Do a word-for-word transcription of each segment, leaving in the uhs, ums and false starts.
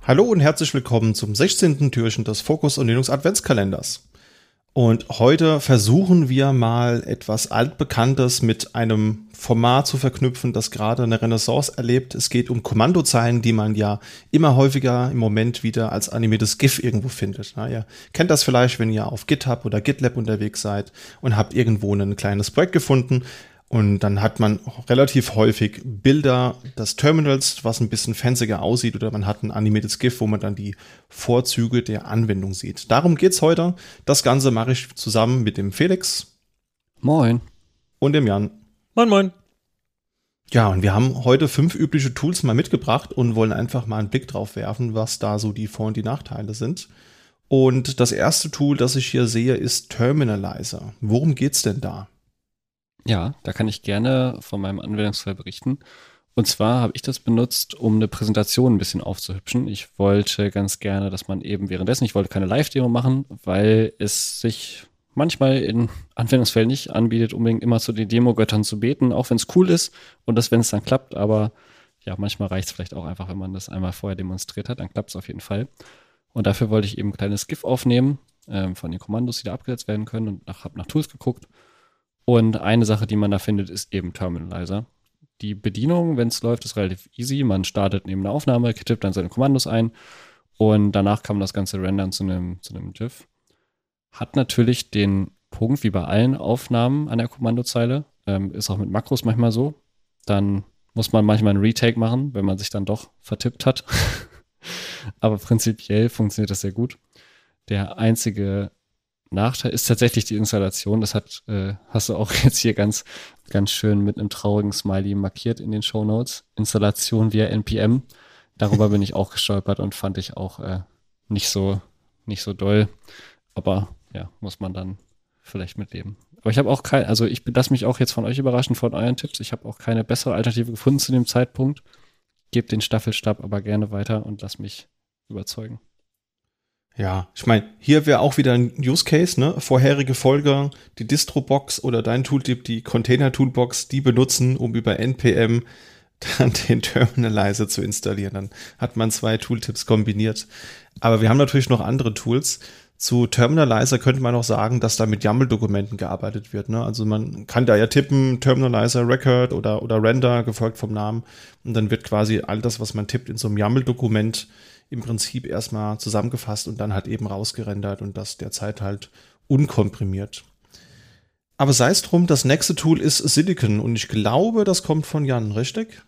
Hallo und herzlich willkommen zum sechzehnten Türchen des Focus und Linux Adventskalenders. Und heute versuchen wir mal etwas Altbekanntes mit einem Format zu verknüpfen, das gerade eine Renaissance erlebt. Es geht um Kommandozeilen, die man ja immer häufiger im Moment wieder als animiertes GIF irgendwo findet. Na, ihr kennt das vielleicht, wenn ihr auf GitHub oder GitLab unterwegs seid und habt irgendwo ein kleines Projekt gefunden. Und dann hat man relativ häufig Bilder des Terminals, was ein bisschen fancier aussieht, oder man hat ein animiertes GIF, wo man dann die Vorzüge der Anwendung sieht. Darum geht's heute. Das Ganze mache ich zusammen mit dem Felix. Moin. Und dem Jan. Moin, moin. Ja, und wir haben heute fünf übliche Tools mal mitgebracht und wollen einfach mal einen Blick drauf werfen, was da so die Vor- und die Nachteile sind. Und das erste Tool, das ich hier sehe, ist Terminalizer. Worum geht's denn da? Ja, da kann ich gerne von meinem Anwendungsfall berichten. Und zwar habe ich das benutzt, um eine Präsentation ein bisschen aufzuhübschen. Ich wollte ganz gerne, dass man eben währenddessen, ich wollte keine Live-Demo machen, weil es sich manchmal in Anwendungsfällen nicht anbietet, unbedingt immer zu den Demo-Göttern zu beten, auch wenn es cool ist und das, wenn es dann klappt. Aber ja, manchmal reicht es vielleicht auch einfach, wenn man das einmal vorher demonstriert hat, dann klappt es auf jeden Fall. Und dafür wollte ich eben ein kleines GIF aufnehmen ähm, von den Kommandos, die da abgesetzt werden können, und nach, habe nach Tools geguckt. Und eine Sache, die man da findet, ist eben Terminalizer. Die Bedienung, wenn es läuft, ist relativ easy. Man startet neben einer Aufnahme, tippt dann seine Kommandos ein und danach kann man das Ganze rendern zu einem, zu einem GIF. Hat natürlich den Punkt, wie bei allen Aufnahmen an der Kommandozeile, ähm, ist auch mit Makros manchmal so. Dann muss man manchmal einen Retake machen, wenn man sich dann doch vertippt hat. Aber prinzipiell funktioniert das sehr gut. Der einzige Nachteil ist tatsächlich die Installation. Das hat, äh, hast du auch jetzt hier ganz, ganz schön mit einem traurigen Smiley markiert in den Shownotes. Installation via N P M. Darüber bin ich auch gestolpert und fand ich auch äh, nicht so, nicht so doll. Aber ja, muss man dann vielleicht mitleben. Aber ich habe auch kein, also ich lasse mich auch jetzt von euch überraschen, von euren Tipps. Ich habe auch keine bessere Alternative gefunden zu dem Zeitpunkt. Gebt den Staffelstab aber gerne weiter und lass mich überzeugen. Ja, ich meine, hier wäre auch wieder ein Use Case, ne? Vorherige Folge, die Distro-Box oder dein Tooltip, die Container-Toolbox, die benutzen, um über N P M dann den Terminalizer zu installieren. Dann hat man zwei Tooltips kombiniert. Aber wir haben natürlich noch andere Tools. Zu Terminalizer könnte man auch sagen, dass da mit YAML-Dokumenten gearbeitet wird, ne? Also man kann da ja tippen, Terminalizer Record oder, oder Render, gefolgt vom Namen. Und dann wird quasi all das, was man tippt, in so einem YAML-Dokument im Prinzip erstmal zusammengefasst und dann halt eben rausgerendert und das derzeit halt unkomprimiert. Aber sei es drum, das nächste Tool ist Silicon und ich glaube, das kommt von Jan, richtig?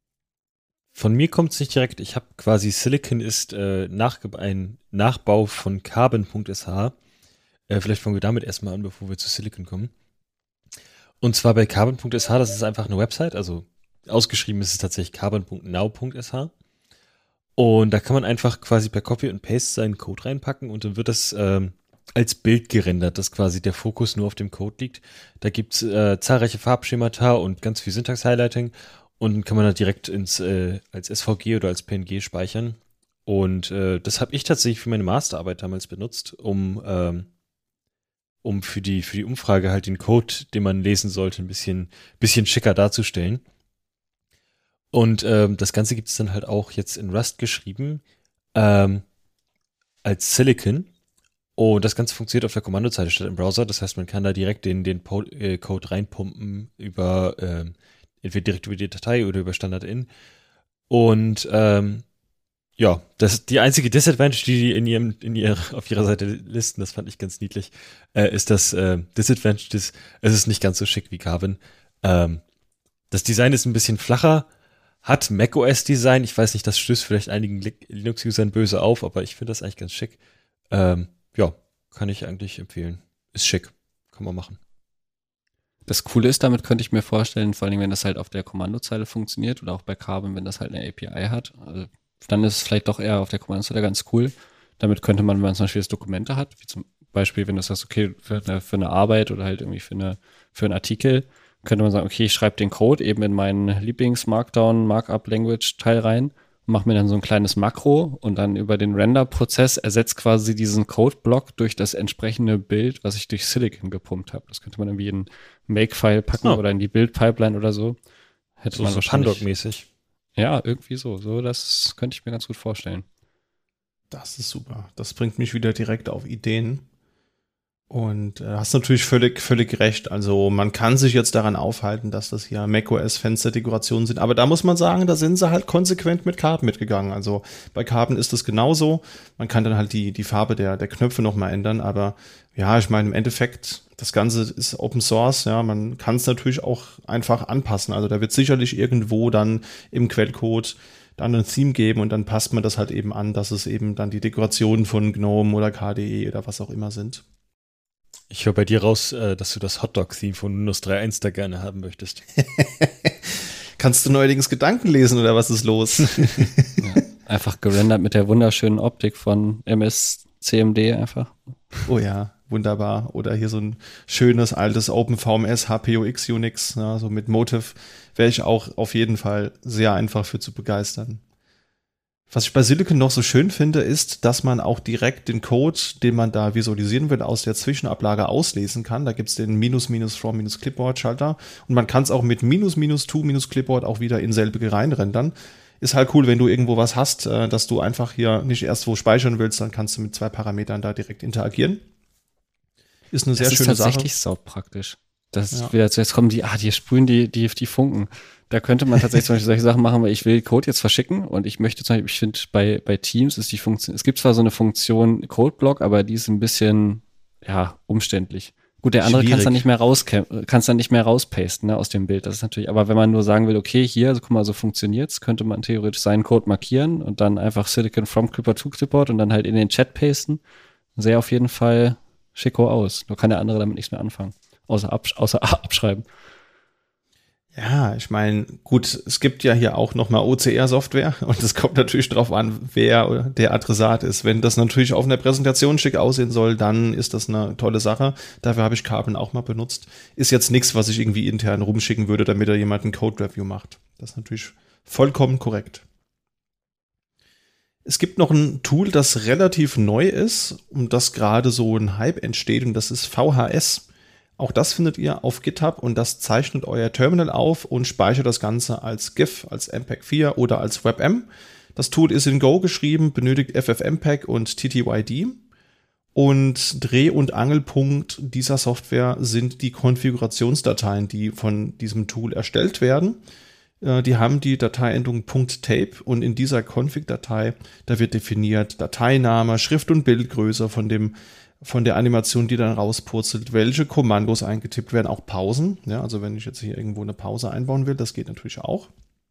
Von mir kommt es nicht direkt. Ich habe quasi Silicon ist äh, nachge- ein Nachbau von Carbon.sh. Äh, vielleicht fangen wir damit erstmal an, bevor wir zu Silicon kommen. Und zwar bei Carbon.sh, das ist einfach eine Website, also ausgeschrieben ist es tatsächlich carbon.now.sh. Und da kann man einfach quasi per Copy und Paste seinen Code reinpacken und dann wird das ähm, als Bild gerendert, dass quasi der Fokus nur auf dem Code liegt. Da gibt es äh, zahlreiche Farbschemata und ganz viel Syntax-Highlighting und dann kann man da direkt ins äh, als S V G oder als P N G speichern. Und äh, das habe ich tatsächlich für meine Masterarbeit damals benutzt, um ähm, um für die für die Umfrage halt den Code, den man lesen sollte, ein bisschen bisschen schicker darzustellen. Und ähm, das Ganze gibt es dann halt auch jetzt in Rust geschrieben, ähm, als Silicon. Und das Ganze funktioniert auf der Kommandozeile statt im Browser. Das heißt, man kann da direkt den, den po- äh, Code reinpumpen über ähm, entweder direkt über die Datei oder über Standard-In. Und ähm, ja, das ist die einzige Disadvantage, die die in ihrem, in ihrer, auf ihrer Seite listen, das fand ich ganz niedlich, äh, ist das äh, Disadvantage, des, es ist nicht ganz so schick wie Carbon. Ähm, das Design ist ein bisschen flacher, hat macOS-Design. Ich weiß nicht, das stößt vielleicht einigen Linux-Usern böse auf, aber ich finde das eigentlich ganz schick. Ähm, ja, kann ich eigentlich empfehlen. Ist schick. Kann man machen. Das Coole ist, damit könnte ich mir vorstellen, vor allem wenn das halt auf der Kommandozeile funktioniert oder auch bei Carbon, wenn das halt eine A P I hat, also dann ist es vielleicht doch eher auf der Kommandozeile ganz cool. Damit könnte man, wenn man zum Beispiel das Dokumente hat, wie zum Beispiel, wenn du sagst, okay, für eine, für eine Arbeit oder halt irgendwie für eine, für einen Artikel, könnte man sagen, okay, ich schreibe den Code eben in meinen Lieblings-Markdown-Markup-Language-Teil rein und mache mir dann so ein kleines Makro und dann über den Render-Prozess ersetzt quasi diesen Code-Block durch das entsprechende Bild, was ich durch Silicon gepumpt habe. Das könnte man irgendwie in Make-File packen oh. oder in die Build-Pipeline oder so. Hätte so man so wahrscheinlich Pandoc-mäßig. Ja, irgendwie so. So, das könnte ich mir ganz gut vorstellen. Das ist super. Das bringt mich wieder direkt auf Ideen. Und äh, hast natürlich völlig, völlig recht. Also man kann sich jetzt daran aufhalten, dass das hier macOS-Fensterdekorationen sind. Aber da muss man sagen, da sind sie halt konsequent mit Carbon mitgegangen. Also bei Carbon ist das genauso. Man kann dann halt die, die Farbe der, der Knöpfe nochmal ändern. Aber ja, ich meine, im Endeffekt, das Ganze ist Open Source. Ja, man kann es natürlich auch einfach anpassen. Also da wird sicherlich irgendwo dann im Quellcode dann ein Theme geben und dann passt man das halt eben an, dass es eben dann die Dekorationen von GNOME oder K D E oder was auch immer sind. Ich höre bei dir raus, dass du das Hotdog-Theme von Windows drei Punkt eins da gerne haben möchtest. Kannst du neuerdings Gedanken lesen oder was ist los? Ja, einfach gerendert mit der wunderschönen Optik von M S C M D einfach. Oh ja, wunderbar. Oder hier so ein schönes altes OpenVMS H P O X Unix, ja, so mit Motive, wäre ich auch auf jeden Fall sehr einfach für zu begeistern. Was ich bei Silicon noch so schön finde, ist, dass man auch direkt den Code, den man da visualisieren will, aus der Zwischenablage auslesen kann. Da gibt's den minus minus from minus Clipboard Schalter und man kann es auch mit minus minus to minus Clipboard auch wieder in selbige reinrendern. Ist halt cool, wenn du irgendwo was hast, dass du einfach hier nicht erst wo speichern willst, dann kannst du mit zwei Parametern da direkt interagieren. Ist eine sehr schöne Sache. Das ist tatsächlich saupraktisch. Das ist ja. wieder, jetzt kommen die, ah, die sprühen die, die, die Funken. Da könnte man tatsächlich zum Beispiel solche Sachen machen, weil ich will Code jetzt verschicken und ich möchte zum Beispiel, ich finde bei, bei Teams ist die Funktion, es gibt zwar so eine Funktion Codeblock, aber die ist ein bisschen, ja, umständlich. Gut, der andere kann es dann nicht mehr raus, kann es dann nicht mehr rauspasten, ne, aus dem Bild. Das ist natürlich, aber wenn man nur sagen will, okay, hier, also guck mal, so funktioniert's, könnte man theoretisch seinen Code markieren und dann einfach Silicon from Clipboard to Clipboard und dann halt in den Chat pasten. Sähe auf jeden Fall schicko aus. Nur kann der andere damit nichts mehr anfangen. Außer, absch- außer abschreiben. Ja, ich meine, gut, es gibt ja hier auch nochmal O C R-Software und es kommt natürlich drauf an, wer der Adressat ist. Wenn das natürlich auf einer Präsentation schick aussehen soll, dann ist das eine tolle Sache. Dafür habe ich Carbon auch mal benutzt. Ist jetzt nichts, was ich irgendwie intern rumschicken würde, damit da jemand ein Code-Review macht. Das ist natürlich vollkommen korrekt. Es gibt noch ein Tool, das relativ neu ist und das gerade so ein Hype entsteht und das ist V H S. Auch das findet ihr auf GitHub und das zeichnet euer Terminal auf und speichert das Ganze als GIF, als M P E G vier oder als WebM. Das Tool ist in Go geschrieben, benötigt F F mpeg und T T Y D. Und Dreh- und Angelpunkt dieser Software sind die Konfigurationsdateien, die von diesem Tool erstellt werden. Die haben die Dateiendung .tape und in dieser Config-Datei, da wird definiert Dateiname, Schrift- und Bildgröße von dem von der Animation, die dann rauspurzelt, welche Kommandos eingetippt werden, auch Pausen. Ja, also wenn ich jetzt hier irgendwo eine Pause einbauen will, das geht natürlich auch.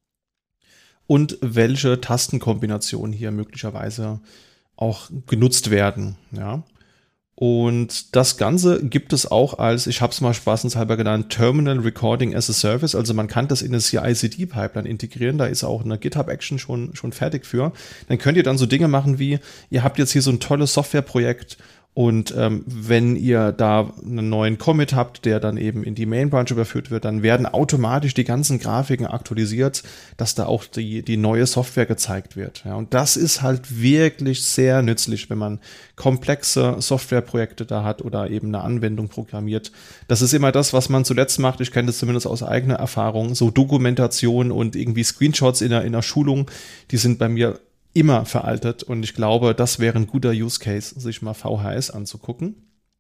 Und welche Tastenkombinationen hier möglicherweise auch genutzt werden. Ja. Und das Ganze gibt es auch als, ich habe es mal spaßenshalber genannt, Terminal Recording as a Service. Also man kann das in eine C I C D-Pipeline integrieren. Da ist auch eine GitHub-Action schon, schon fertig für. Dann könnt ihr dann so Dinge machen wie, ihr habt jetzt hier so ein tolles Softwareprojekt und ähm, wenn ihr da einen neuen Commit habt, der dann eben in die Main-Branch überführt wird, dann werden automatisch die ganzen Grafiken aktualisiert, dass da auch die, die neue Software gezeigt wird. Ja, und das ist halt wirklich sehr nützlich, wenn man komplexe Softwareprojekte da hat oder eben eine Anwendung programmiert. Das ist immer das, was man zuletzt macht. Ich kenne das zumindest aus eigener Erfahrung. So Dokumentation und irgendwie Screenshots in der, in der Schulung, die sind bei mir immer veraltet und ich glaube, das wäre ein guter Use Case, sich mal V H S anzugucken.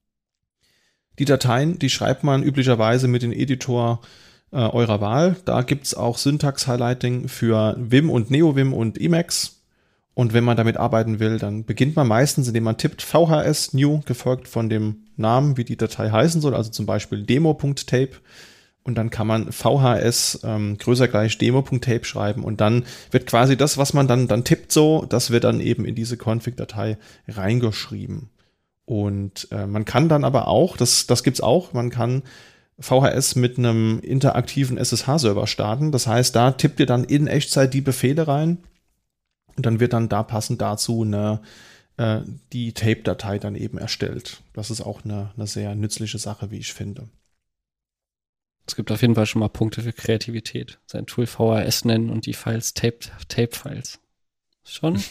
Die Dateien, die schreibt man üblicherweise mit dem Editor äh, eurer Wahl. Da gibt's auch Syntax-Highlighting für Vim und NeoVim und Emacs. Und wenn man damit arbeiten will, dann beginnt man meistens, indem man tippt V H S New, gefolgt von dem Namen, wie die Datei heißen soll, also zum Beispiel demo.tape. Und dann kann man V H S ähm, größer gleich demo.tape schreiben und dann wird quasi das, was man dann, dann tippt so, das wird dann eben in diese Config-Datei reingeschrieben. Und äh, man kann dann aber auch, das, das gibt's auch, man kann V H S mit einem interaktiven S S H-Server starten. Das heißt, da tippt ihr dann in Echtzeit die Befehle rein und dann wird dann da passend dazu eine, äh, die Tape-Datei dann eben erstellt. Das ist auch eine, eine sehr nützliche Sache, wie ich finde. Es gibt auf jeden Fall schon mal Punkte für Kreativität. Sein Tool V H S nennen und die Files Tape-Files. Schon?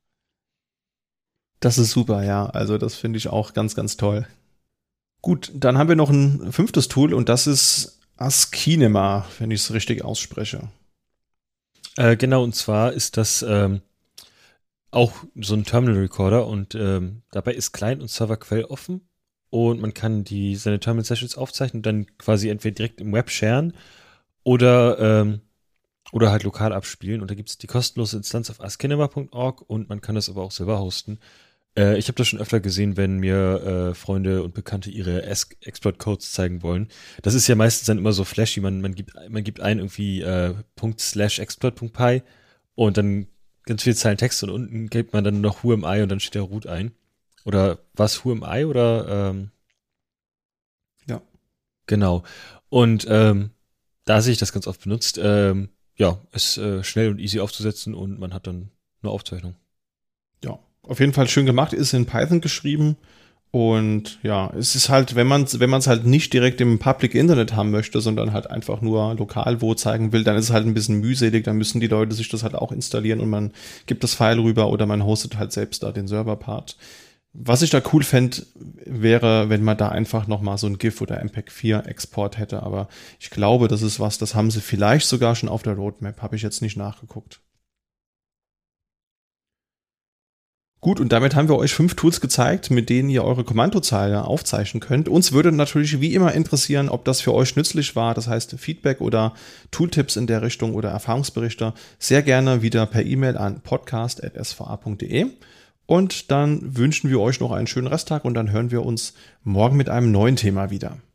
Das ist super, ja. Also das finde ich auch ganz, ganz toll. Gut, dann haben wir noch ein fünftes Tool und das ist Askinema, wenn ich es richtig ausspreche. Äh, genau, und zwar ist das ähm, auch so ein Terminal-Recorder und ähm, dabei ist Client und Server quelloffen und man kann die seine Terminal-Sessions aufzeichnen und dann quasi entweder direkt im Web sharen oder ähm, oder halt lokal abspielen. Und da gibt es die kostenlose Instanz auf askcinema punkt org und man kann das aber auch selber hosten. Äh, ich habe das schon öfter gesehen, wenn mir äh, Freunde und Bekannte ihre Exploit-Codes zeigen wollen. Das ist ja meistens dann immer so flashy. Man, man, gibt, man gibt ein irgendwie äh, Punkt slash exploit Punkt py und dann ganz viele Zeilen Text und unten gibt man dann noch who am I und dann steht der Root ein. Oder was, who am I oder ähm, ja. Genau. Und ähm, da sehe ich das ganz oft benutzt. Ähm, ja, ist äh, schnell und easy aufzusetzen und man hat dann eine Aufzeichnung. Ja, auf jeden Fall schön gemacht, ist in Python geschrieben und ja, es ist halt, wenn man es wenn man es halt nicht direkt im Public Internet haben möchte, sondern halt einfach nur lokal wo zeigen will, dann ist es halt ein bisschen mühselig, dann müssen die Leute sich das halt auch installieren und man gibt das File rüber oder man hostet halt selbst da den Server-Part. Was ich da cool fände, wäre, wenn man da einfach nochmal so ein GIF oder M P E G vier Export hätte, aber ich glaube, das ist was, das haben sie vielleicht sogar schon auf der Roadmap, habe ich jetzt nicht nachgeguckt. Gut, und damit haben wir euch fünf Tools gezeigt, mit denen ihr eure Kommandozeile aufzeichnen könnt. Uns würde natürlich wie immer interessieren, ob das für euch nützlich war, das heißt Feedback oder Tooltips in der Richtung oder Erfahrungsberichte, sehr gerne wieder per E-Mail an podcast at s v a punkt d e. Und dann wünschen wir euch noch einen schönen Resttag und dann hören wir uns morgen mit einem neuen Thema wieder.